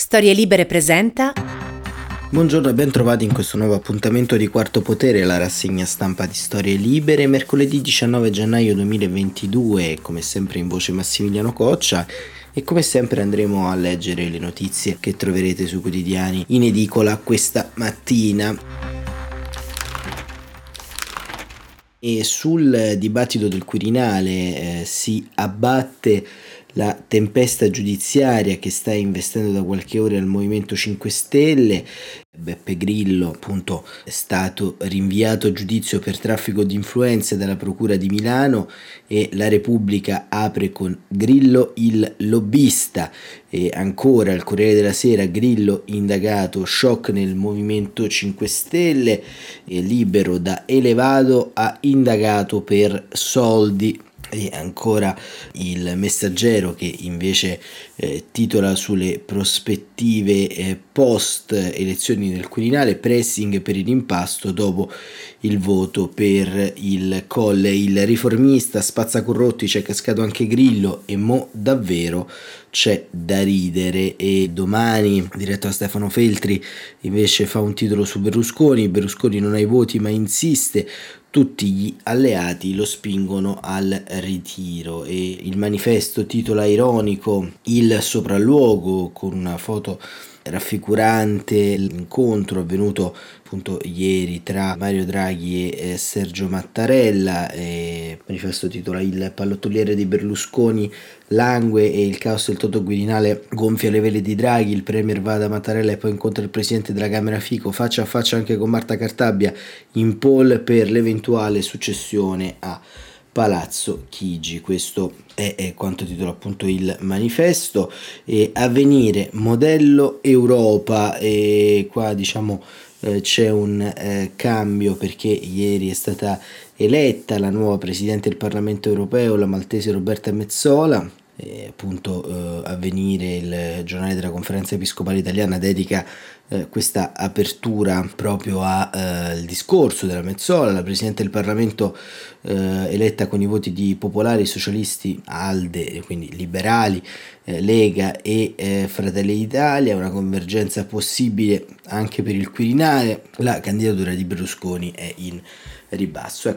Storie Libere presenta. Buongiorno e ben trovati in questo nuovo appuntamento di Quarto Potere, la rassegna stampa di Storie Libere, mercoledì 19 gennaio 2022, come sempre in voce Massimiliano Coccia, e come sempre andremo a leggere le notizie che troverete sui quotidiani in edicola questa mattina. E sul dibattito del Quirinale si abbatte la tempesta giudiziaria che sta investendo da qualche ora il Movimento 5 Stelle. Beppe Grillo appunto è stato rinviato a giudizio per traffico di influenze dalla Procura di Milano e la Repubblica apre con Grillo il lobbista. E ancora il Corriere della Sera, Grillo indagato, shock nel Movimento 5 Stelle, e Libero, da elevato a indagato per soldi. E ancora il Messaggero, che invece titola sulle prospettive post elezioni del Quirinale: pressing per il rimpasto dopo il voto per il Colle. Il Riformista: spazzacorrotti, c'è cascato anche Grillo e mo davvero c'è da ridere. E Domani, diretto da Stefano Feltri, invece fa un titolo su Berlusconi non ha i voti ma insiste, tutti gli alleati lo spingono al ritiro. E il Manifesto titola ironico il sopralluogo, con una foto raffigurante l'incontro avvenuto appunto ieri tra Mario Draghi e Sergio Mattarella. E il Manifesto titola: il pallottoliere di Berlusconi langue e il caos del Toto Quirinale gonfia le vele di Draghi, il premier va da Mattarella e poi incontra il presidente della Camera Fico, faccia a faccia anche con Marta Cartabia in poll per l'eventuale successione a Palazzo Chigi. Questo è quanto titola appunto il Manifesto. E Avvenire, modello Europa, e qua c'è un cambio, perché ieri è stata eletta la nuova Presidente del Parlamento Europeo, la maltese Roberta Metsola. Avvenire, il giornale della Conferenza Episcopale Italiana, dedica questa apertura proprio al discorso della Metsola, la Presidente del Parlamento eletta con i voti di Popolari, Socialisti, ALDE, quindi Liberali, Lega e Fratelli d'Italia. Una convergenza possibile anche per il Quirinale, la candidatura di Berlusconi è in ribasso.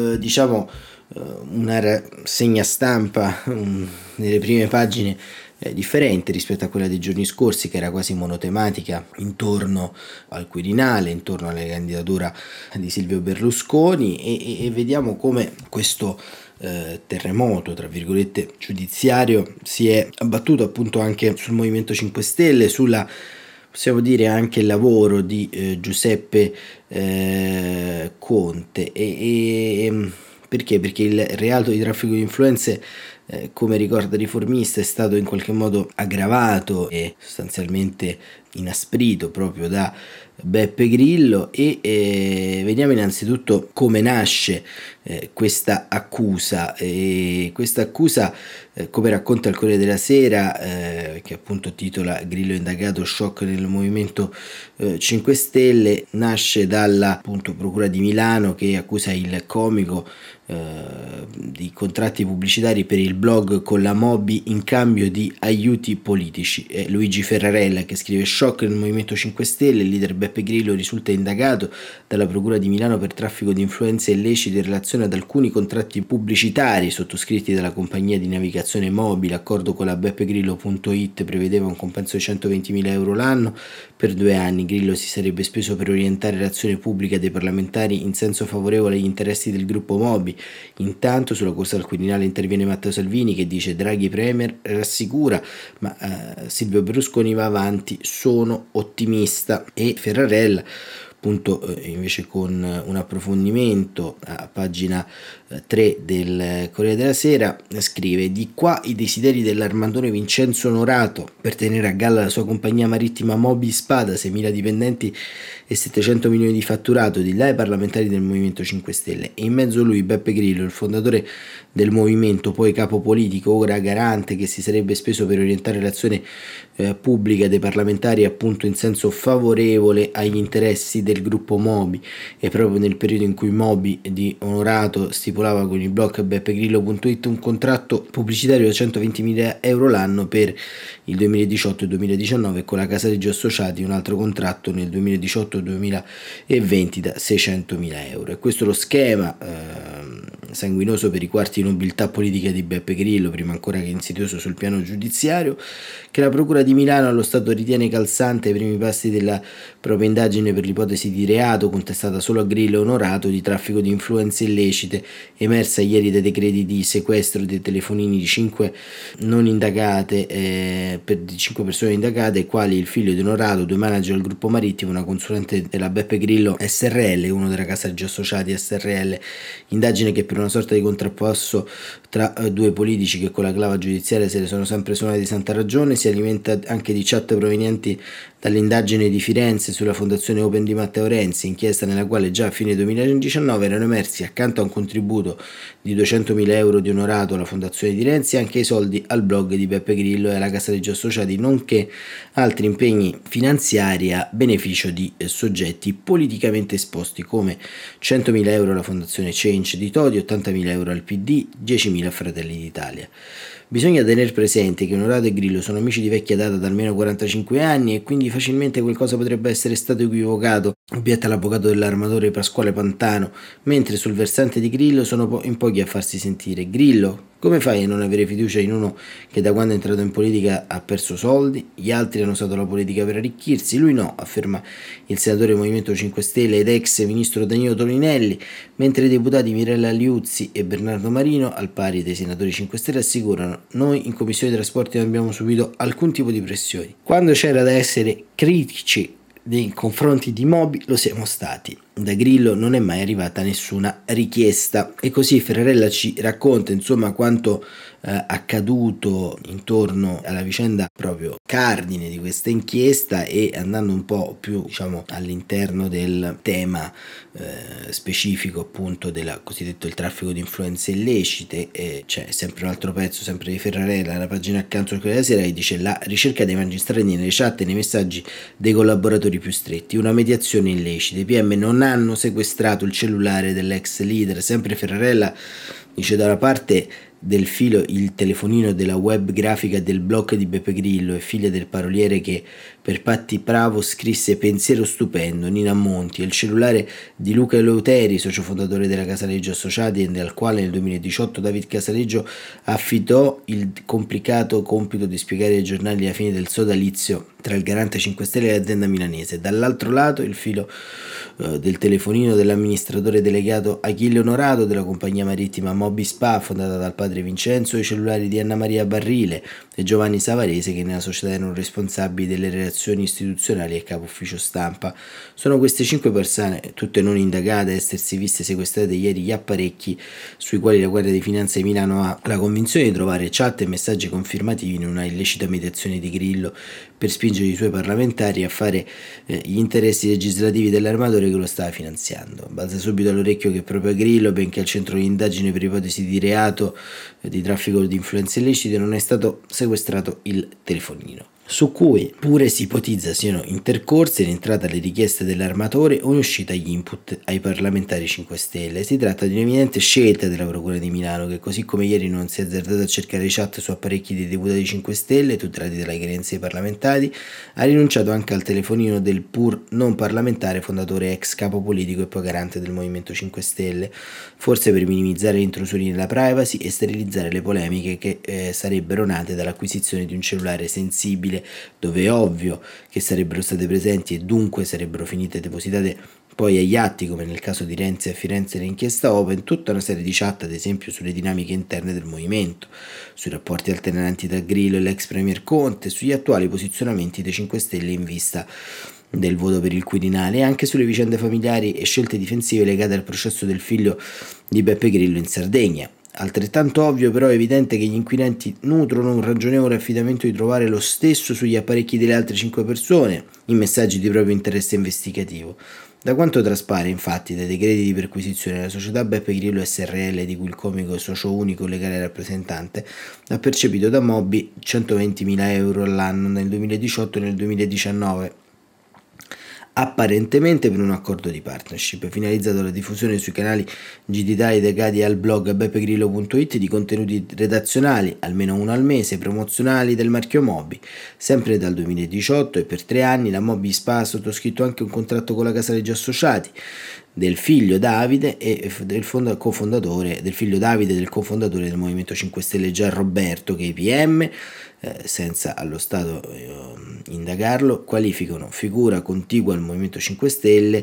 Una rassegna stampa nelle prime pagine differente rispetto a quella dei giorni scorsi, che era quasi monotematica intorno al Quirinale, intorno alla candidatura di Silvio Berlusconi, e vediamo come questo terremoto, tra virgolette, giudiziario si è abbattuto appunto anche sul Movimento 5 Stelle, sulla, possiamo dire, anche il lavoro di Giuseppe Conte. Perché? Perché il reato di traffico di influenze, come ricorda il Riformista, è stato in qualche modo aggravato e sostanzialmente inasprito proprio da Beppe Grillo. E vediamo innanzitutto come nasce questa accusa. E questa accusa, come racconta il Corriere della Sera, che appunto titola Grillo indagato, shock nel Movimento 5 Stelle, nasce dalla appunto Procura di Milano, che accusa il comico di contratti pubblicitari per il blog con la Moby in cambio di aiuti politici. Luigi Ferrarella, che scrive: shock nel Movimento 5 Stelle, il leader Beppe Grillo risulta indagato dalla Procura di Milano per traffico di influenze illecite in relazione ad alcuni contratti pubblicitari sottoscritti dalla compagnia di navigazione Moby. L'accordo con la beppegrillo.it prevedeva un compenso di 120.000 euro l'anno per 2 anni. Grillo si sarebbe speso per orientare l'azione pubblica dei parlamentari in senso favorevole agli interessi del gruppo Moby. Intanto sulla corsa al Quirinale interviene Matteo Salvini, che dice: Draghi premier rassicura, ma Silvio Berlusconi va avanti, sono ottimista. E Ferrarella appunto invece, con un approfondimento a pagina 3 del Corriere della Sera, scrive: di qua i desideri dell'armandone Vincenzo Onorato per tenere a galla la sua compagnia marittima Moby Spada, 6.000 dipendenti e 700 milioni di fatturato, di là i parlamentari del Movimento 5 Stelle, e in mezzo lui Beppe Grillo, il fondatore del movimento, poi capo politico, ora garante, che si sarebbe speso per orientare l'azione pubblica dei parlamentari appunto in senso favorevole agli interessi del gruppo Moby, e proprio nel periodo in cui Moby di Onorato stipulava con il blog beppegrillo.it un contratto pubblicitario da 120.000 euro l'anno per il 2018 e 2019, e con la Casaleggio Associati un altro contratto nel 2018 e 2020 da 600.000 euro. E questo è lo schema sanguinoso per i quarti di nobiltà politica di Beppe Grillo, prima ancora che insidioso sul piano giudiziario, che la Procura di Milano allo Stato ritiene calzante ai primi passi della propria indagine per l'ipotesi di reato contestata solo a Grillo Onorato di traffico di influenze illecite, emersa ieri dai decreti di sequestro dei telefonini di 5 non indagate, per 5 persone indagate, quali il figlio di Onorato, 2 manager del gruppo marittimo, una consulente della Beppe Grillo SRL, uno della Casaleggio Associati SRL, indagine che per una sorta di contrapposto tra due politici che con la clava giudiziaria se ne sono sempre suonati di santa ragione si alimenta anche di chat provenienti dall'indagine di Firenze sulla fondazione Open di Matteo Renzi, inchiesta nella quale già a fine 2019 erano emersi, accanto a un contributo di 200.000 euro di Onorato alla fondazione di Renzi, anche i soldi al blog di Beppe Grillo e alla Casaleggio Associati, nonché altri impegni finanziari a beneficio di soggetti politicamente esposti, come 100.000 euro alla fondazione Change di Todi, 80.000 euro al PD, 10.000 a Fratelli d'Italia. Bisogna tenere presente che Onorato e Grillo sono amici di vecchia data da almeno 45 anni e quindi facilmente qualcosa potrebbe essere stato equivocato, obietta l'avvocato dell'armatore Pasquale Pantano, mentre sul versante di Grillo sono in pochi a farsi sentire. Grillo, come fai a non avere fiducia in uno che da quando è entrato in politica ha perso soldi? Gli altri hanno usato la politica per arricchirsi, lui no, afferma il senatore del Movimento 5 Stelle ed ex ministro Danilo Toninelli, mentre i deputati Mirella Liuzzi e Bernardo Marino, al pari dei senatori 5 Stelle, assicurano: noi in Commissione Trasporti non abbiamo subito alcun tipo di pressioni. Quando c'era da essere critici nei confronti di Moby lo siamo stati. Da Grillo non è mai arrivata nessuna richiesta. E così Ferrarella ci racconta insomma quanto accaduto intorno alla vicenda proprio cardine di questa inchiesta, e andando un po' più all'interno del tema specifico appunto del cosiddetto il traffico di influenze illecite. C'è sempre un altro pezzo sempre di Ferrarella, la pagina accanto al Corriere della Sera, che dice: la ricerca dei magistrati nelle chat e nei messaggi dei collaboratori più stretti, una mediazione illecita, i PM non hanno sequestrato il cellulare dell'ex leader. Sempre Ferrarella dice: da una parte del filo il telefonino della web grafica del blog di Beppe Grillo e figlia del paroliere che per Patti Bravo scrisse Pensiero stupendo, Nina Monti, e il cellulare di Luca Eleuteri, socio fondatore della Casaleggio Associati, e al quale nel 2018 David Casaleggio affidò il complicato compito di spiegare ai giornali la fine del sodalizio tra il garante 5 Stelle e l'azienda milanese. Dall'altro lato il filo del telefonino dell'amministratore delegato Achille Onorato della compagnia marittima Moby Spa, fondata dal padre Vincenzo, e i cellulari di Anna Maria Barrile e Giovanni Savarese, che nella società erano responsabili delle relazioni istituzionali e capo ufficio stampa. Sono queste 5 persone, tutte non indagate, a essersi viste sequestrate ieri gli apparecchi sui quali la Guardia di Finanza di Milano ha la convinzione di trovare chat e messaggi confermativi in una illecita mediazione di Grillo per spingere i suoi parlamentari a fare gli interessi legislativi dell'armatore che lo stava finanziando. Balza subito all'orecchio che proprio Grillo, benché al centro di indagine per ipotesi di reato di traffico di influenze illecite, non è stato sequestrato il telefonino, su cui pure si ipotizza siano intercorse in entrata le richieste dell'armatore o in uscita gli input ai parlamentari 5 Stelle. Si tratta di un'evidente scelta della Procura di Milano, che così come ieri non si è azzardato a cercare chat su apparecchi dei deputati 5 Stelle tutelati dalle credenze dei parlamentari, ha rinunciato anche al telefonino del pur non parlamentare fondatore, ex capo politico e poi garante del Movimento 5 Stelle, forse per minimizzare le intrusioni nella privacy e sterilizzare le polemiche che sarebbero nate dall'acquisizione di un cellulare sensibile, dove è ovvio che sarebbero state presenti e dunque sarebbero finite depositate poi agli atti, come nel caso di Renzi a Firenze e l'inchiesta Open, tutta una serie di chat, ad esempio sulle dinamiche interne del movimento, sui rapporti alternanti tra Grillo e l'ex premier Conte, sugli attuali posizionamenti dei 5 Stelle in vista del voto per il Quirinale, e anche sulle vicende familiari e scelte difensive legate al processo del figlio di Beppe Grillo in Sardegna. Altrettanto ovvio però è evidente che gli inquirenti nutrono un ragionevole affidamento di trovare lo stesso sugli apparecchi delle altre 5 persone, in messaggi di proprio interesse investigativo. Da quanto traspare infatti dai decreti di perquisizione, la società Beppe Grillo SRL, di cui il comico è socio unico legale rappresentante, ha percepito da Moby 120.000 euro all'anno nel 2018 e nel 2019, apparentemente per un accordo di partnership finalizzato alla diffusione sui canali digitali legati al blog beppegrillo.it di contenuti redazionali, almeno uno al mese, promozionali del marchio Moby. Sempre dal 2018 e per 3 anni la Moby Spa ha sottoscritto anche un contratto con la Casaleggio Associati del figlio Davide e cofondatore del figlio Davide del cofondatore del Movimento 5 Stelle Gian Roberto, che i PM, senza allo Stato indagarlo, qualificano figura contigua al Movimento 5 Stelle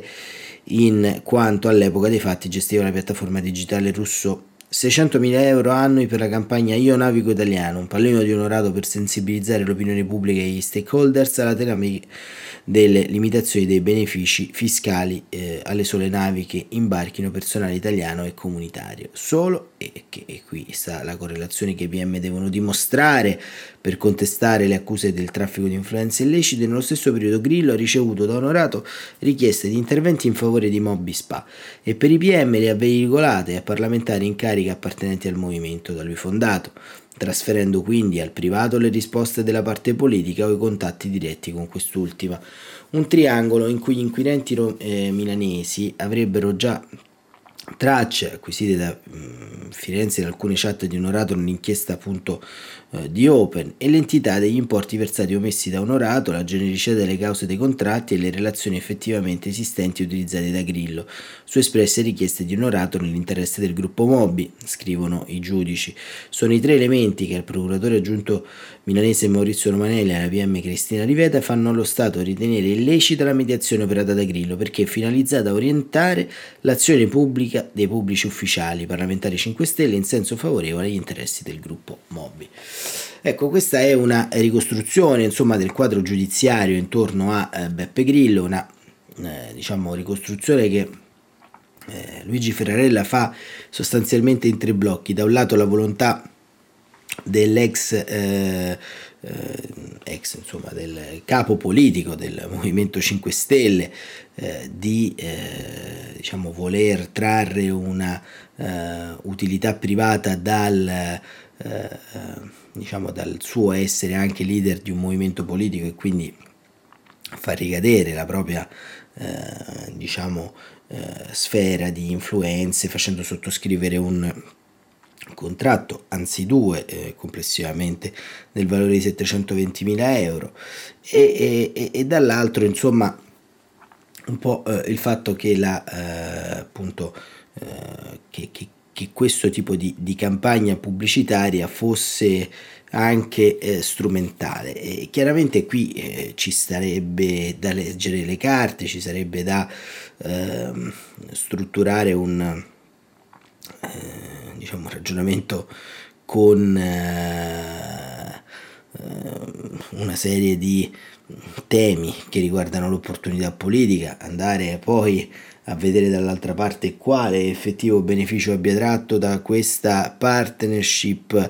in quanto all'epoca dei fatti gestiva la piattaforma digitale russo. 600.000 euro annui per la campagna Io Navigo Italiano, un pallino di onorato per sensibilizzare l'opinione pubblica e gli stakeholders alla tematica delle limitazioni dei benefici fiscali alle sole navi che imbarchino personale italiano e comunitario. Solo, e qui sta la correlazione che i PM devono dimostrare per contestare le accuse del traffico di influenze illecite, nello stesso periodo Grillo ha ricevuto da Onorato richieste di interventi in favore di Moby Spa e per i PM le ha veicolate a parlamentari in carica appartenenti al movimento da lui fondato, trasferendo quindi al privato le risposte della parte politica o i contatti diretti con quest'ultima. Un triangolo in cui gli inquirenti milanesi avrebbero già tracce acquisite da Firenze in alcune chat di Onorato nell'inchiesta appunto di Open e l'entità degli importi versati o omessi da Onorato, la genericità delle cause dei contratti e le relazioni effettivamente esistenti utilizzate da Grillo su espresse richieste di Onorato nell'interesse del gruppo Moby, scrivono i giudici. Sono i 3 elementi che il procuratore aggiunto milanese Maurizio Romanelli e la PM Cristina Riveta fanno allo Stato ritenere illecita la mediazione operata da Grillo perché è finalizzata a orientare l'azione pubblica dei pubblici ufficiali parlamentari 5 Stelle in senso favorevole agli interessi del gruppo Moby. Ecco, questa è una ricostruzione insomma del quadro giudiziario intorno a Beppe Grillo, una diciamo ricostruzione che Luigi Ferrarella fa sostanzialmente in 3 blocchi. Da un lato la volontà dell'ex insomma del capo politico del Movimento 5 Stelle di diciamo voler trarre una utilità privata diciamo dal suo essere anche leader di un movimento politico e quindi far ricadere la propria diciamo sfera di influenze facendo sottoscrivere un contratto, anzi 2 complessivamente del valore di 720.000 euro e dall'altro insomma un po' il fatto che appunto che questo tipo di campagna pubblicitaria fosse anche strumentale e chiaramente qui ci sarebbe da leggere le carte, ci sarebbe da strutturare un diciamo un ragionamento con una serie di temi che riguardano l'opportunità politica, andare poi a vedere dall'altra parte quale effettivo beneficio abbia tratto da questa partnership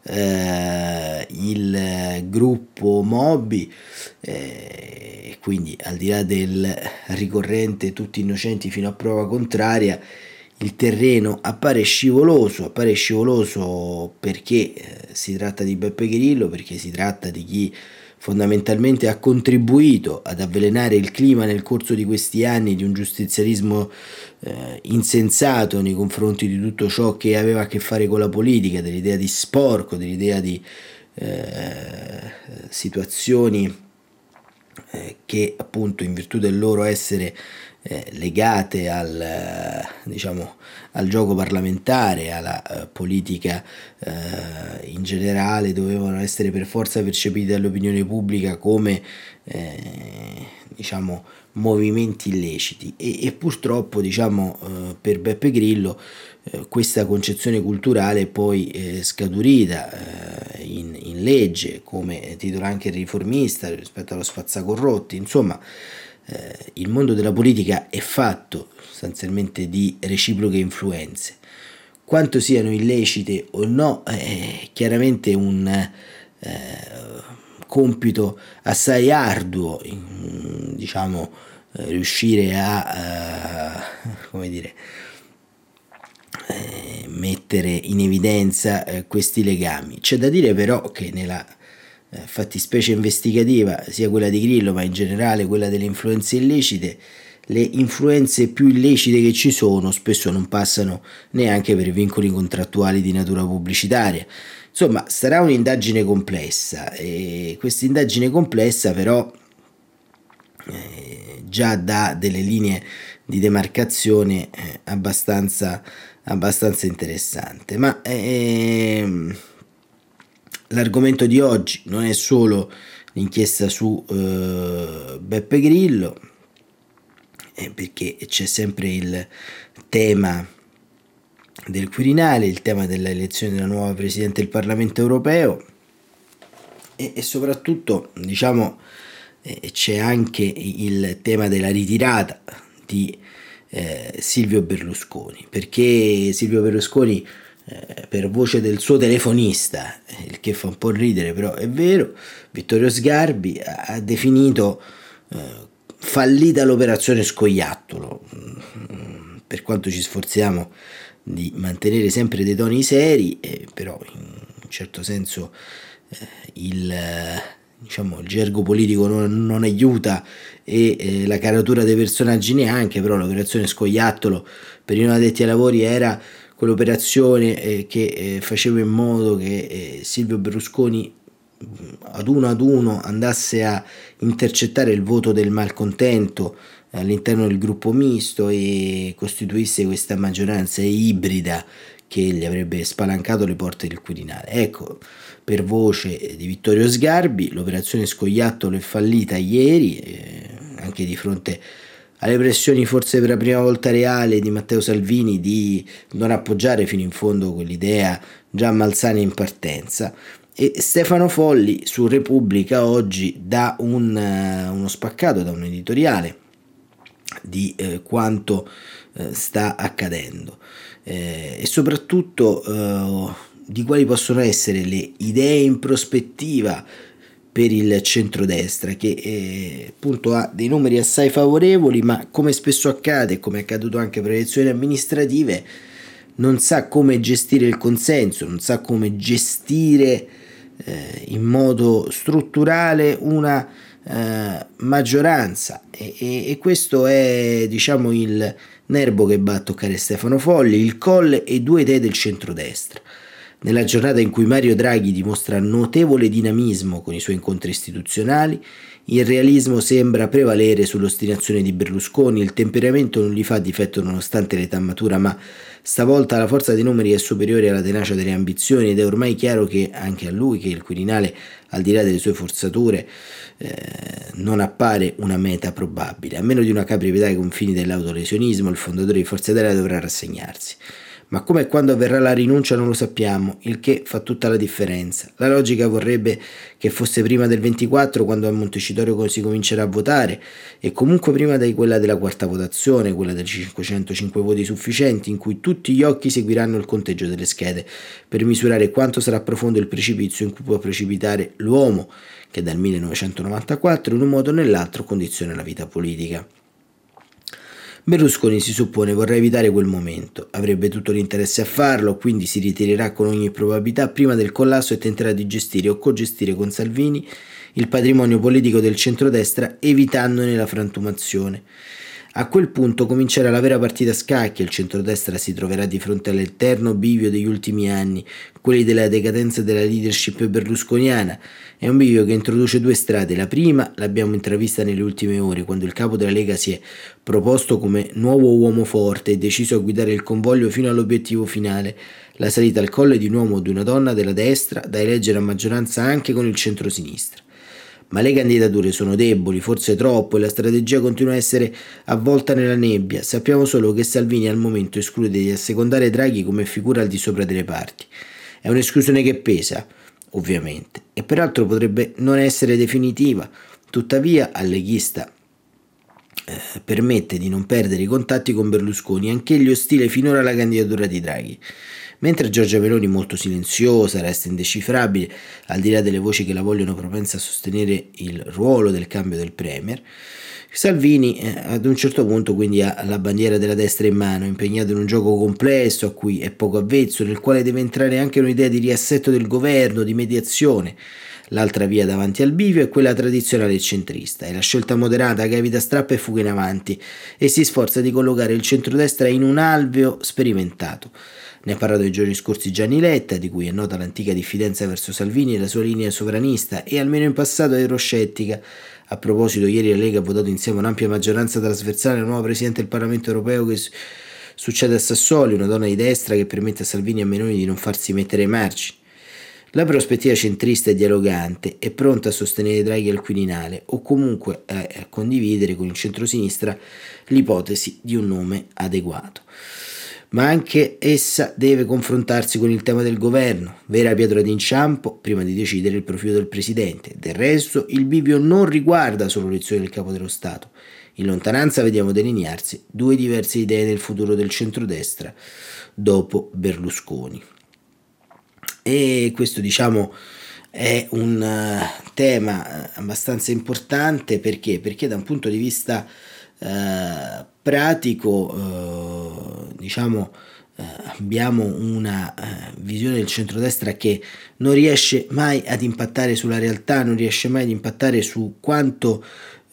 il gruppo Moby, quindi al di là del ricorrente tutti innocenti fino a prova contraria, il terreno appare scivoloso perché si tratta di Beppe Grillo, perché si tratta di chi fondamentalmente ha contribuito ad avvelenare il clima nel corso di questi anni di un giustizialismo insensato nei confronti di tutto ciò che aveva a che fare con la politica, dell'idea di sporco, dell'idea di situazioni che appunto in virtù del loro essere legate diciamo, al gioco parlamentare, alla politica in generale, dovevano essere per forza percepiti dall'opinione pubblica come diciamo, movimenti illeciti e purtroppo diciamo, per Beppe Grillo questa concezione culturale è poi scaturita in legge, come titola anche il Riformista rispetto allo spazzacorrotti. Insomma, il mondo della politica è fatto sostanzialmente di reciproche influenze. Quanto siano illecite o no è chiaramente un compito assai arduo, diciamo, riuscire a come dire, mettere in evidenza questi legami. C'è da dire però che nella fattispecie investigativa, sia quella di Grillo ma in generale quella delle influenze illecite, le influenze più illecite che ci sono spesso non passano neanche per vincoli contrattuali di natura pubblicitaria. Insomma, sarà un'indagine complessa e questa indagine complessa però già dà delle linee di demarcazione abbastanza interessante. Ma l'argomento di oggi non è solo l'inchiesta su Beppe Grillo, perché c'è sempre il tema del Quirinale, il tema dell'elezione della nuova Presidente del Parlamento europeo e soprattutto, diciamo, c'è anche il tema della ritirata di Silvio Berlusconi, perché Silvio Berlusconi, per voce del suo telefonista, il che fa un po' ridere però è vero, Vittorio Sgarbi ha definito fallita l'operazione Scoiattolo. Per quanto ci sforziamo di mantenere sempre dei toni seri, però in un certo senso il gergo politico non aiuta e la caratura dei personaggi neanche, però l'operazione Scoiattolo per i non addetti ai lavori era quell'operazione che faceva in modo che Silvio Berlusconi ad uno andasse a intercettare il voto del malcontento all'interno del gruppo misto e costituisse questa maggioranza ibrida che gli avrebbe spalancato le porte del Quirinale. Ecco, per voce di Vittorio Sgarbi, l'operazione Scoiattolo è fallita ieri, anche di fronte alle pressioni forse per la prima volta reale di Matteo Salvini di non appoggiare fino in fondo quell'idea già malsana in partenza. E Stefano Folli su Repubblica oggi dà uno spaccato, da un editoriale di quanto sta accadendo e soprattutto di quali possono essere le idee in prospettiva per il centrodestra, che appunto ha dei numeri assai favorevoli, ma come spesso accade, come è accaduto anche per le elezioni amministrative, non sa come gestire il consenso, non sa come gestire in modo strutturale una maggioranza e questo è, diciamo, il nervo che va a toccare Stefano Folli, il colle e due idee del centrodestra. Nella giornata in cui Mario Draghi dimostra notevole dinamismo con i suoi incontri istituzionali, il realismo sembra prevalere sull'ostinazione di Berlusconi, il temperamento non gli fa difetto nonostante l'età matura, ma stavolta la forza dei numeri è superiore alla tenacia delle ambizioni ed è ormai chiaro che anche a lui, che il Quirinale, al di là delle sue forzature, non appare una meta probabile. A meno di una capri ai confini dell'autolesionismo, il fondatore di Forza Italia dovrà rassegnarsi. Ma come e quando avverrà la rinuncia non lo sappiamo, il che fa tutta la differenza. La logica vorrebbe che fosse prima del 24, quando a Montecitorio si comincerà a votare, e comunque prima di quella della quarta votazione, quella dei 505 voti sufficienti, in cui tutti gli occhi seguiranno il conteggio delle schede, per misurare quanto sarà profondo il precipizio in cui può precipitare l'uomo, che dal 1994 in un modo o nell'altro condiziona la vita politica. Berlusconi, si suppone, vorrà evitare quel momento, avrebbe tutto l'interesse a farlo, quindi si ritirerà con ogni probabilità prima del collasso e tenterà di gestire o cogestire con Salvini il patrimonio politico del centrodestra evitandone la frantumazione. A quel punto comincerà la vera partita a scacchi e il centrodestra si troverà di fronte all'eterno bivio degli ultimi anni, quelli della decadenza della leadership berlusconiana. È un bivio che introduce due strade. La prima l'abbiamo intravista nelle ultime ore, quando il capo della Lega si è proposto come nuovo uomo forte e deciso a guidare il convoglio fino all'obiettivo finale, la salita al colle di un uomo o di una donna della destra, da eleggere a maggioranza anche con il centro-sinistra. Ma le candidature sono deboli, forse troppo, e la strategia continua a essere avvolta nella nebbia. Sappiamo solo che Salvini al momento esclude di assecondare Draghi come figura al di sopra delle parti. È un'esclusione che pesa, ovviamente, e peraltro potrebbe non essere definitiva. Tuttavia, al leghista permette di non perdere i contatti con Berlusconi, anch'egli ostile finora alla candidatura di Draghi. Mentre Giorgia Meloni, molto silenziosa, resta indecifrabile, al di là delle voci che la vogliono propensa a sostenere il ruolo del cambio del Premier, Salvini ad un certo punto quindi ha la bandiera della destra in mano, impegnato in un gioco complesso a cui è poco avvezzo, nel quale deve entrare anche un'idea di riassetto del governo, di mediazione. L'altra via davanti al bivio è quella tradizionale e centrista, è la scelta moderata che evita strappa e fuga in avanti e si sforza di collocare il centrodestra in un alveo sperimentato. Ne ha parlato nei giorni scorsi Gianni Letta, di cui è nota l'antica diffidenza verso Salvini e la sua linea sovranista e almeno in passato euroscettica. A proposito, ieri la Lega ha votato insieme un'ampia maggioranza trasversale alla nuova Presidente del Parlamento europeo che succede a Sassoli, una donna di destra che permette a Salvini e a Meloni di non farsi mettere ai margini. La prospettiva centrista e dialogante è pronta a sostenere Draghi al Quirinale o comunque a condividere con il centrosinistra l'ipotesi di un nome adeguato. Ma anche essa deve confrontarsi con il tema del governo, vera pietra d'inciampo prima di decidere il profilo del presidente. Del resto, il bivio non riguarda solo l'elezione del capo dello Stato. In lontananza vediamo delinearsi due diverse idee del futuro del centrodestra dopo Berlusconi. E questo, diciamo, è un tema abbastanza importante perché da un punto di vista pratico, abbiamo una visione del centrodestra che non riesce mai ad impattare sulla realtà, non riesce mai ad impattare su quanto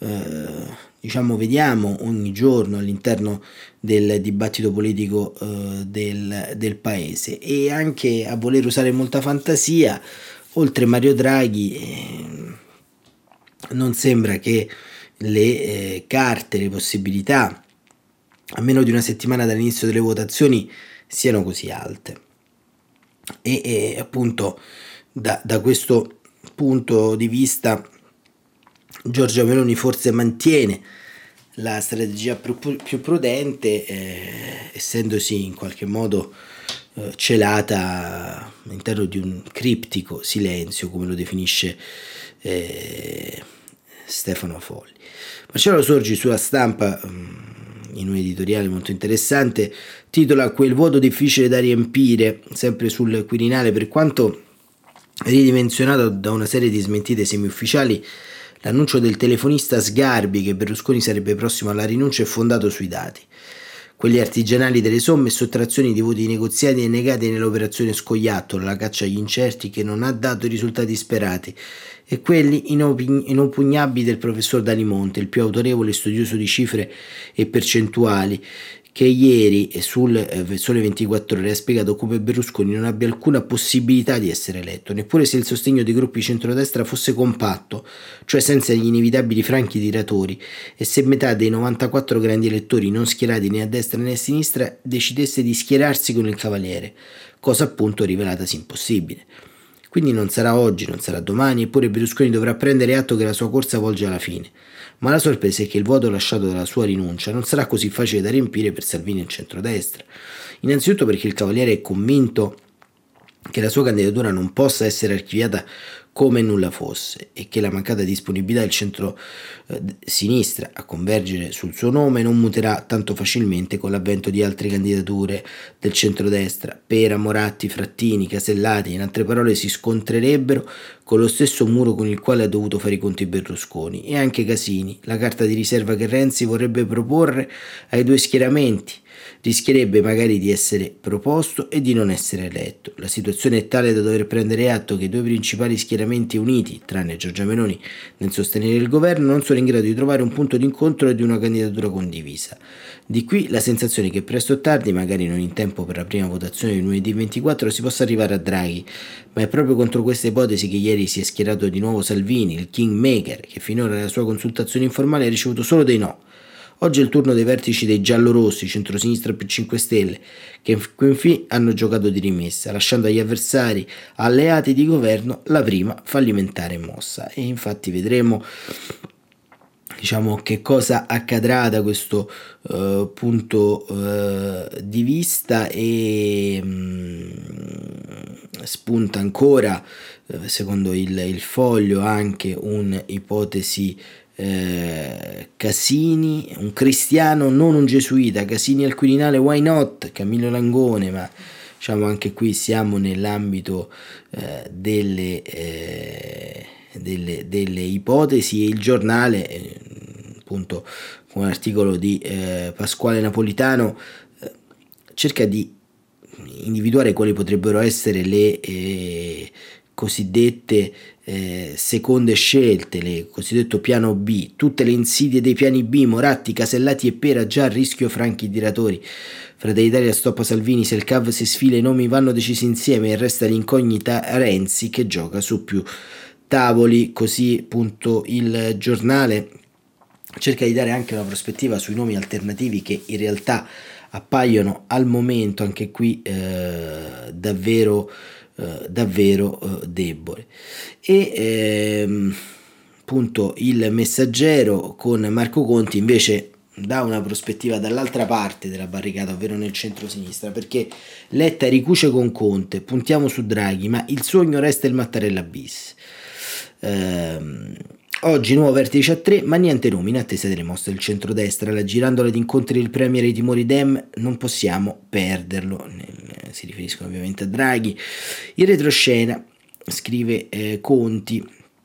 vediamo ogni giorno all'interno del dibattito politico del paese, e anche a voler usare molta fantasia. Oltre Mario Draghi non sembra che le carte, le possibilità a meno di una settimana dall'inizio delle votazioni siano così alte, e appunto da questo punto di vista Giorgia Meloni forse mantiene la strategia più prudente, essendosi in qualche modo celata all'interno di un criptico silenzio, come lo definisce Stefano Folli. Marcello Sorgi sulla Stampa, in un editoriale molto interessante, titola "Quel vuoto difficile da riempire", sempre sul Quirinale. Per quanto ridimensionato da una serie di smentite semiufficiali, l'annuncio del telefonista Sgarbi che Berlusconi sarebbe prossimo alla rinuncia è fondato sui dati, quelli artigianali delle somme e sottrazioni di voti negoziati e negati nell'operazione Scoiattolo, la caccia agli incerti che non ha dato i risultati sperati, e quelli inoppugnabili del professor Danimonte, il più autorevole studioso di cifre e percentuali, che ieri sul Sole 24 Ore ha spiegato come Berlusconi non abbia alcuna possibilità di essere eletto, neppure se il sostegno dei gruppi centrodestra fosse compatto, cioè senza gli inevitabili franchi tiratori, e se metà dei 94 grandi elettori non schierati né a destra né a sinistra decidesse di schierarsi con il Cavaliere, cosa appunto rivelatasi impossibile. Quindi non sarà oggi, non sarà domani, eppure Berlusconi dovrà prendere atto che la sua corsa volge alla fine. Ma la sorpresa è che il vuoto lasciato dalla sua rinuncia non sarà così facile da riempire per Salvini e il centrodestra. Innanzitutto perché il Cavaliere è convinto che la sua candidatura non possa essere archiviata come nulla fosse, e che la mancata disponibilità del centro-sinistra a convergere sul suo nome non muterà tanto facilmente con l'avvento di altre candidature del centrodestra. Pera, Moratti, Frattini, Casellati, in altre parole, si scontrerebbero con lo stesso muro con il quale ha dovuto fare i conti Berlusconi, e anche Casini, la carta di riserva che Renzi vorrebbe proporre ai due schieramenti, rischierebbe magari di essere proposto e di non essere eletto. La situazione è tale da dover prendere atto che i due principali schieramenti uniti, tranne Giorgia Meloni, nel sostenere il governo, non sono in grado di trovare un punto d'incontro e di una candidatura condivisa. Di qui la sensazione che presto o tardi, magari non in tempo per la prima votazione di lunedì 24, si possa arrivare a Draghi, ma è proprio contro questa ipotesi che ieri si è schierato di nuovo Salvini, il kingmaker, che finora nella sua consultazione informale ha ricevuto solo dei no. Oggi è il turno dei vertici dei giallorossi, centrosinistra più 5 Stelle, che infine hanno giocato di rimessa, lasciando agli avversari alleati di governo la prima fallimentare mossa. E infatti vedremo che cosa accadrà da questo punto di vista, e spunta ancora, secondo il Foglio, anche un'ipotesi Casini, un cristiano non un gesuita, Casini al Quirinale, why not? Camillo Langone, ma diciamo anche qui siamo nell'ambito delle ipotesi, e il giornale, appunto con un articolo di Pasquale Napolitano, cerca di individuare quali potrebbero essere le cosiddette seconde scelte, le cosiddetto piano B, tutte le insidie dei piani B, Moratti, Casellati e Pera già a rischio franchi tiratori. Fratelli d'Italia stoppa Salvini, se il CAV si sfila i nomi vanno decisi insieme e resta l'incognita Renzi che gioca su più tavoli. Così appunto il giornale cerca di dare anche una prospettiva sui nomi alternativi che in realtà appaiono al momento anche qui davvero debole. E appunto il Messaggero con Marco Conti invece dà una prospettiva dall'altra parte della barricata, ovvero nel centro-sinistra, perché Letta ricuce con Conte, puntiamo su Draghi, ma il sogno resta il Mattarella bis. Oggi nuovo vertice a 3, ma niente nomi in attesa delle mosse del centrodestra. La girandola di incontri del Premier e i timori Dem non possiamo perderlo. Si riferiscono ovviamente a Draghi. In retroscena, scrive Conti,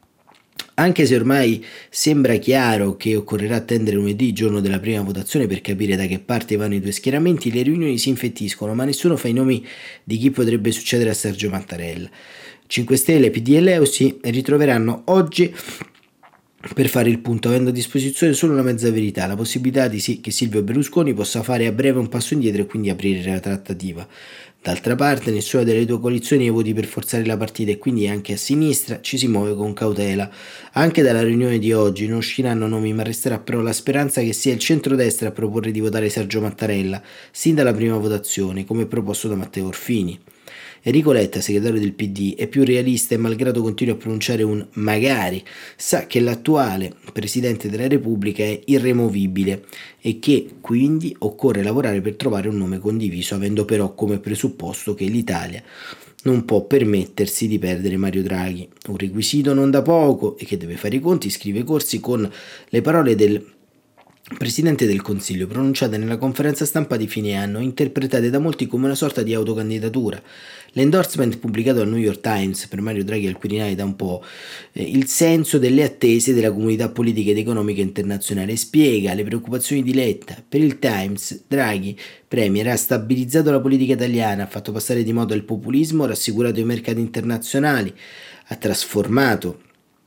anche se ormai sembra chiaro che occorrerà attendere lunedì, giorno della prima votazione, per capire da che parte vanno i due schieramenti, le riunioni si infettiscono, ma nessuno fa i nomi di chi potrebbe succedere a Sergio Mattarella. 5 Stelle, PD e Leo si ritroveranno oggi per fare il punto, avendo a disposizione solo una mezza verità, la possibilità che Silvio Berlusconi possa fare a breve un passo indietro e quindi aprire la trattativa. D'altra parte nessuna delle due coalizioni ha i voti per forzare la partita e quindi anche a sinistra ci si muove con cautela. Anche dalla riunione di oggi non usciranno nomi, ma resterà però la speranza che sia il centrodestra a proporre di votare Sergio Mattarella sin dalla prima votazione, come proposto da Matteo Orfini. Enrico Letta, segretario del PD, è più realista e malgrado continua a pronunciare un magari, sa che l'attuale Presidente della Repubblica è irremovibile e che quindi occorre lavorare per trovare un nome condiviso, avendo però come presupposto che l'Italia non può permettersi di perdere Mario Draghi, un requisito non da poco e che deve fare i conti, scrive Corsi, con le parole del Presidente del Consiglio pronunciate nella conferenza stampa di fine anno, interpretate da molti come una sorta di autocandidatura. L'endorsement pubblicato al New York Times per Mario Draghi al Quirinale dà un po' il senso delle attese della comunità politica ed economica internazionale, spiega le preoccupazioni di Letta. Per il Times, Draghi, Premier, ha stabilizzato la politica italiana, ha fatto passare di moda il populismo, ha rassicurato i mercati internazionali, ha trasformato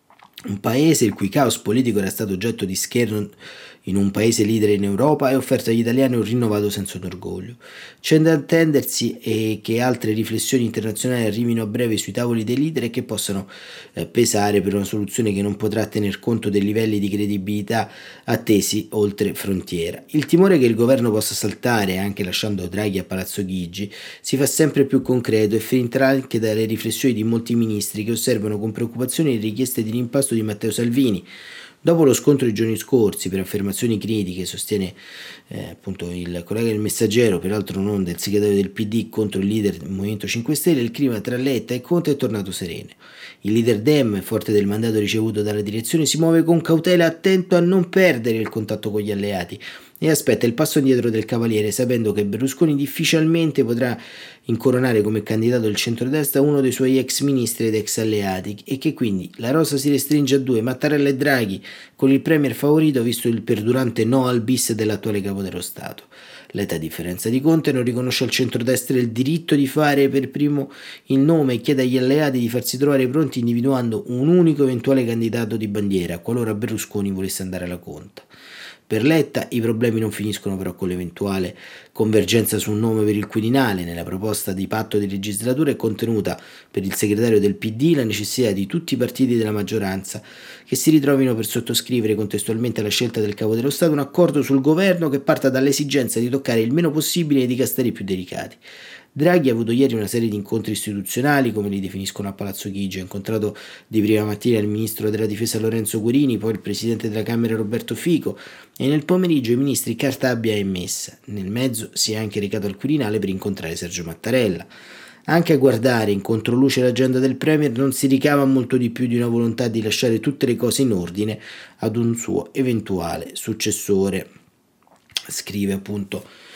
un paese il cui caos politico era stato oggetto di scherno in un paese leader in Europa e offerto agli italiani un rinnovato senso d'orgoglio. C'è da attendersi che altre riflessioni internazionali arrivino a breve sui tavoli dei leader e che possano pesare per una soluzione che non potrà tener conto dei livelli di credibilità attesi oltre frontiera. Il timore che il governo possa saltare, anche lasciando Draghi a Palazzo Chigi, si fa sempre più concreto e filtra anche dalle riflessioni di molti ministri che osservano con preoccupazione le richieste di rimpasto di Matteo Salvini. Dopo lo scontro dei giorni scorsi per affermazioni critiche, sostiene appunto il collega del Messaggero, peraltro non del segretario del PD, contro il leader del Movimento 5 Stelle, il clima tra Letta e Conte è tornato sereno. Il leader Dem, forte del mandato ricevuto dalla direzione, si muove con cautela, attento a non perdere il contatto con gli alleati e aspetta il passo indietro del Cavaliere, sapendo che Berlusconi difficilmente potrà incoronare come candidato del centrodestra uno dei suoi ex ministri ed ex alleati e che quindi la rosa si restringe a due, Mattarella e Draghi, con il premier favorito visto il perdurante no al bis dell'attuale capo dello Stato. Letta, a differenza di Conte, non riconosce al centrodestra il diritto di fare per primo il nome e chiede agli alleati di farsi trovare pronti individuando un unico eventuale candidato di bandiera qualora Berlusconi volesse andare alla conta. Per Letta i problemi non finiscono però con l'eventuale convergenza su un nome per il Quirinale. Nella proposta di patto di legislatura è contenuta per il segretario del PD la necessità di tutti i partiti della maggioranza che si ritrovino per sottoscrivere contestualmente alla scelta del Capo dello Stato un accordo sul governo che parta dall'esigenza di toccare il meno possibile i dicasteri più delicati. Draghi ha avuto ieri una serie di incontri istituzionali, come li definiscono a Palazzo Chigi. Ha incontrato di prima mattina il ministro della difesa Lorenzo Guerini, poi il presidente della Camera Roberto Fico e nel pomeriggio i ministri Cartabia e Messa. Nel mezzo si è anche recato al Quirinale per incontrare Sergio Mattarella. Anche a guardare in controluce l'agenda del Premier non si ricava molto di più di una volontà di lasciare tutte le cose in ordine ad un suo eventuale successore, scrive appunto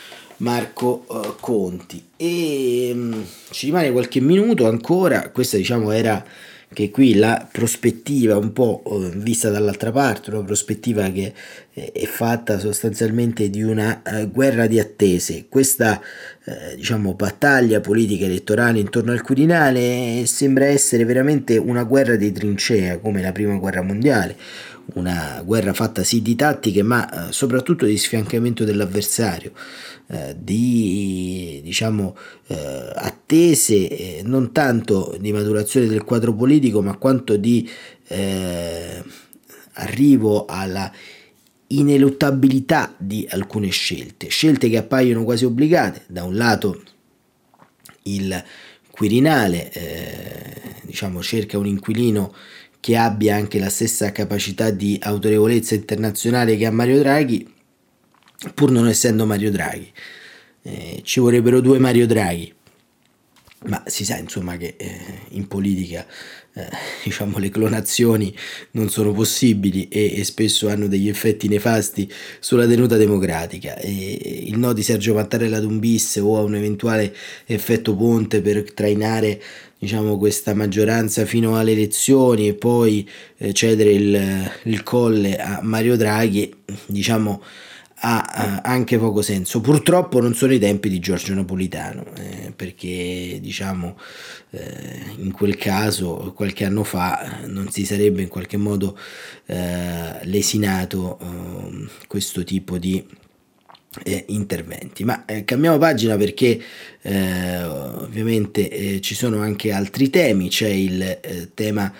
Marco Conti. E ci rimane qualche minuto ancora. Questa diciamo era che qui la prospettiva un po' vista dall'altra parte, una prospettiva che è fatta sostanzialmente di una guerra di attese. Questa diciamo battaglia politica elettorale intorno al Quirinale sembra essere veramente una guerra di trincea come la prima guerra mondiale, una guerra fatta sì di tattiche ma soprattutto di sfiancamento dell'avversario, di diciamo attese non tanto di maturazione del quadro politico ma quanto di arrivo alla ineluttabilità di alcune scelte che appaiono quasi obbligate. Da un lato il Quirinale diciamo cerca un inquilino che abbia anche la stessa capacità di autorevolezza internazionale che ha Mario Draghi, pur non essendo Mario Draghi. Ci vorrebbero due Mario Draghi, ma si sa insomma che in politica diciamo le clonazioni non sono possibili e spesso hanno degli effetti nefasti sulla tenuta democratica, e il no di Sergio Mattarella ad un bis o a un eventuale effetto ponte per trainare diciamo questa maggioranza fino alle elezioni e poi cedere il colle a Mario Draghi diciamo ha anche poco senso. Purtroppo non sono i tempi di Giorgio Napolitano, perché diciamo in quel caso qualche anno fa non si sarebbe in qualche modo lesinato questo tipo di interventi. Ma cambiamo pagina perché ovviamente ci sono anche altri temi. C'è il tema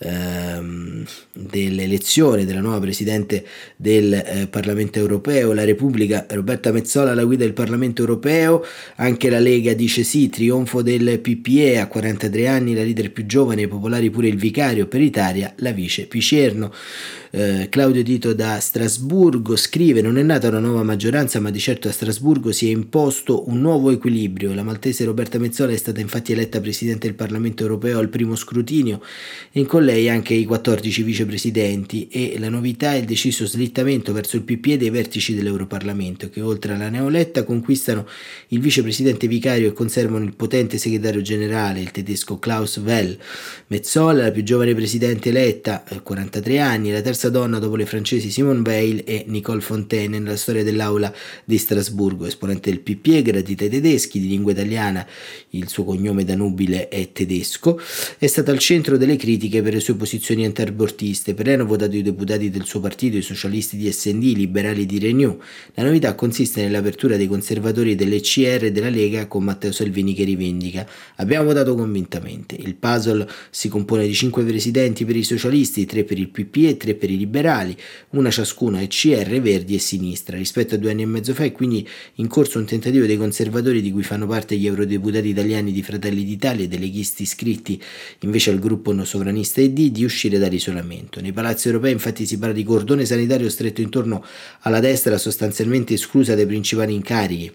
dell'elezione della nuova Presidente del Parlamento Europeo, la Repubblica, Roberta Metsola alla guida del Parlamento Europeo. Anche la Lega dice sì, trionfo del PPE, a 43 anni la leader più giovane, i popolari pure il vicario per Italia, la vice Picerno. Claudio Tito da Strasburgo scrive: non è nata una nuova maggioranza ma di certo a Strasburgo si è imposto un nuovo equilibrio. La maltese Roberta Metsola è stata infatti eletta Presidente del Parlamento Europeo al primo scrutinio e con lei anche i 14 vicepresidenti, e la novità è il deciso slittamento verso il PPE dei vertici dell'Europarlamento, che oltre alla neoletta conquistano il vicepresidente vicario e conservano il potente segretario generale, il tedesco Klaus Well. Metsola, la più giovane presidente eletta, 43 anni, la terza donna dopo le francesi Simone Veil e Nicole Fontaine nella storia dell'aula di Strasburgo, esponente del PPE, gradita ai tedeschi, di lingua italiana, il suo cognome da nubile è tedesco, è stata al centro delle critiche per le sue posizioni antiabortiste. Per lei hanno votato i deputati del suo partito, i socialisti di SD, i liberali di Renew. La novità consiste nell'apertura dei conservatori dell'ECR e della Lega, con Matteo Salvini che rivendica: abbiamo votato convintamente. Il puzzle si compone di 5 presidenti per i socialisti, 3 per il PPE e 3 per i liberali, una ciascuna ECR, Verdi e Sinistra. Rispetto a 2 anni e mezzo fa è quindi in corso un tentativo dei conservatori, di cui fanno parte gli eurodeputati italiani di Fratelli d'Italia e dei leghisti iscritti invece al gruppo sovranista ID, di uscire dall'isolamento. Nei palazzi europei infatti si parla di cordone sanitario stretto intorno alla destra, sostanzialmente esclusa dai principali incarichi.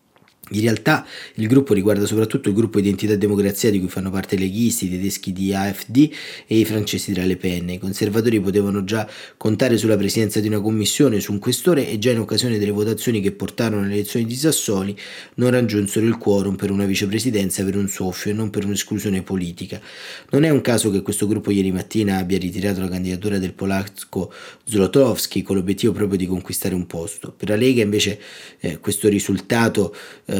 In realtà il gruppo riguarda soprattutto il gruppo Identità e Democrazia, di cui fanno parte i leghisti, i tedeschi di AfD e i francesi della Le Pen. I conservatori potevano già contare sulla presidenza di una commissione, su un questore, e già in occasione delle votazioni che portarono alle elezioni di Sassoli non raggiunsero il quorum per una vicepresidenza per un soffio e non per un'esclusione politica. Non è un caso che questo gruppo ieri mattina abbia ritirato la candidatura del polacco Zlotowski con l'obiettivo proprio di conquistare un posto. Per la Lega invece questo risultato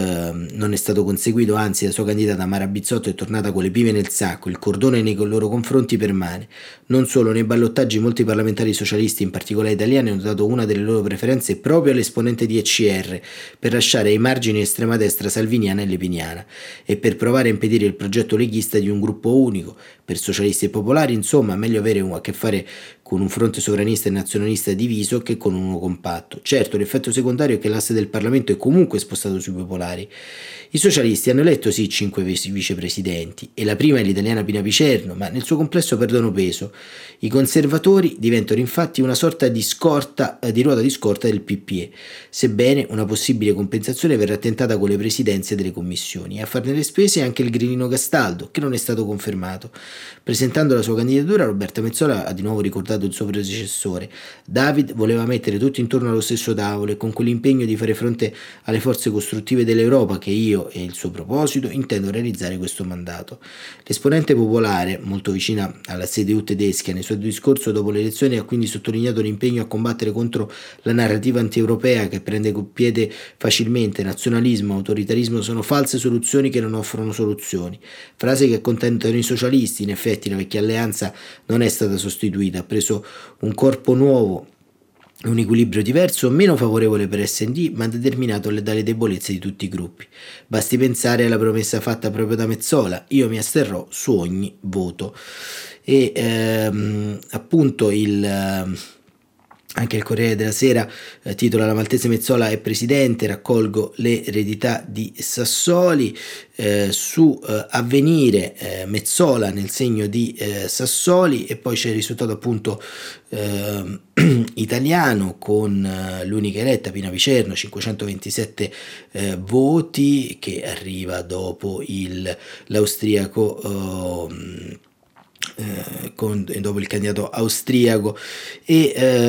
non è stato conseguito, anzi la sua candidata Mara Bizzotto è tornata con le pive nel sacco, il cordone nei loro confronti permane. Non solo, nei ballottaggi molti parlamentari socialisti, in particolare italiani, hanno dato una delle loro preferenze proprio all'esponente di ECR, per lasciare ai margini estrema destra salviniana e lepiniana, e per provare a impedire il progetto leghista di un gruppo unico. Per socialisti e popolari, insomma, meglio avere a che fare con un fronte sovranista e nazionalista diviso che con uno compatto. Certo, l'effetto secondario è che l'asse del Parlamento è comunque spostato sui popolari. I socialisti hanno eletto sì 5 vicepresidenti, e la prima è l'italiana Pina Picerno, ma nel suo complesso perdono peso. I conservatori diventano infatti una sorta di ruota di scorta del PPE, sebbene una possibile compensazione verrà tentata con le presidenze delle commissioni. E a farne le spese anche il grillino Castaldo, che non è stato confermato. Presentando la sua candidatura, Roberta Metsola ha di nuovo ricordato affrontato il suo predecessore. David voleva mettere tutti intorno allo stesso tavolo e con quell'impegno di fare fronte alle forze costruttive dell'Europa che io e il suo proposito intendo realizzare questo mandato. L'esponente popolare, molto vicina alla CDU tedesca, nel suo discorso dopo le elezioni ha quindi sottolineato l'impegno a combattere contro la narrativa antieuropea che prende piede facilmente. Nazionalismo, autoritarismo sono false soluzioni che non offrono soluzioni. Frase che accontentano i socialisti. In effetti la vecchia alleanza non è stata sostituita, ha preso un corpo nuovo, un equilibrio diverso, meno favorevole per SD, ma determinato dalle debolezze di tutti i gruppi. Basti pensare alla promessa fatta proprio da Metsola: io mi asterrò su ogni voto. E appunto anche il Corriere della Sera titola: la maltese Metsola è presidente, raccolgo le eredità di Sassoli. Su Avvenire, Metsola nel segno di Sassoli, e poi c'è il risultato appunto italiano con l'unica eletta Pina Picerno, 527 voti, che arriva dopo l'austriaco dopo il candidato austriaco. E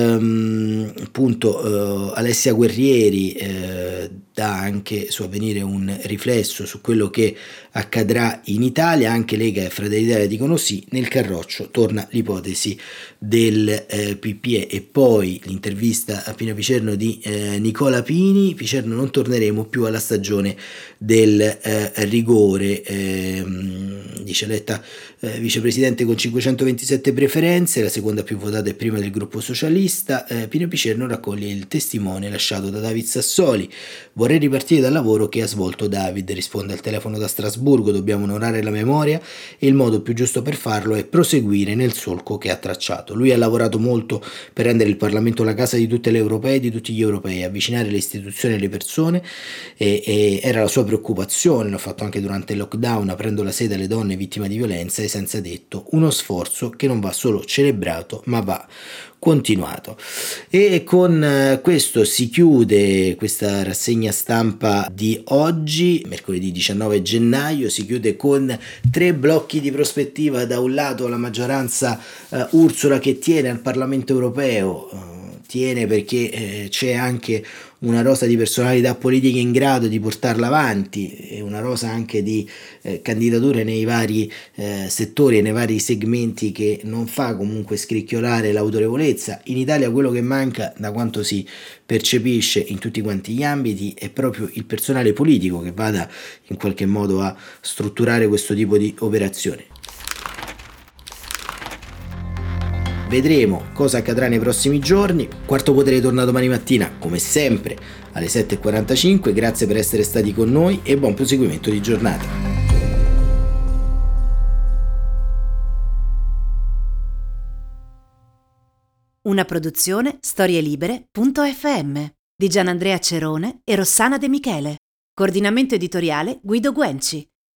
appunto Alessia Guerrieri dà anche su Avvenire un riflesso su quello che accadrà in Italia. Anche Lega e Fratelli d'Italia dicono sì, nel carroccio torna l'ipotesi del PPE. E poi l'intervista a Pina Picerno di Nicola Pini: Picerno, non torneremo più alla stagione del rigore, dice Letta vicepresidente con 527 preferenze, la seconda più votata è prima del gruppo socialista. Pino Picerno raccoglie il testimone lasciato da David Sassoli: vorrei ripartire dal lavoro che ha svolto David, risponde al telefono da Strasburgo, dobbiamo onorare la memoria e il modo più giusto per farlo è proseguire nel solco che ha tracciato. Lui ha lavorato molto per rendere il Parlamento la casa di tutte le europee e di tutti gli europei, avvicinare le istituzioni alle persone, e era la sua preoccupazione, l'ha fatto anche durante il lockdown, aprendo la sede alle donne vittime di violenza e senza detto, uno sforzo che non va solo celebrato ma va continuato. E con questo si chiude questa rassegna stampa di oggi, mercoledì 19 gennaio. Si chiude con 3 blocchi di prospettiva: da un lato la maggioranza Ursula, che tiene al Parlamento europeo, tiene perché c'è anche una rosa di personalità politiche in grado di portarla avanti, e una rosa anche di candidature nei vari settori e nei vari segmenti, che non fa comunque scricchiolare l'autorevolezza. In Italia quello che manca, da quanto si percepisce in tutti quanti gli ambiti, è proprio il personale politico che vada in qualche modo a strutturare questo tipo di operazione. Vedremo cosa accadrà nei prossimi giorni. Quarto Potere torna domani mattina, come sempre, alle 7:45. Grazie per essere stati con noi e buon proseguimento di giornata. Una produzione storielibere.fm di Gianandrea Cerone e Rossana De Michele. Coordinamento editoriale Guido Guenci.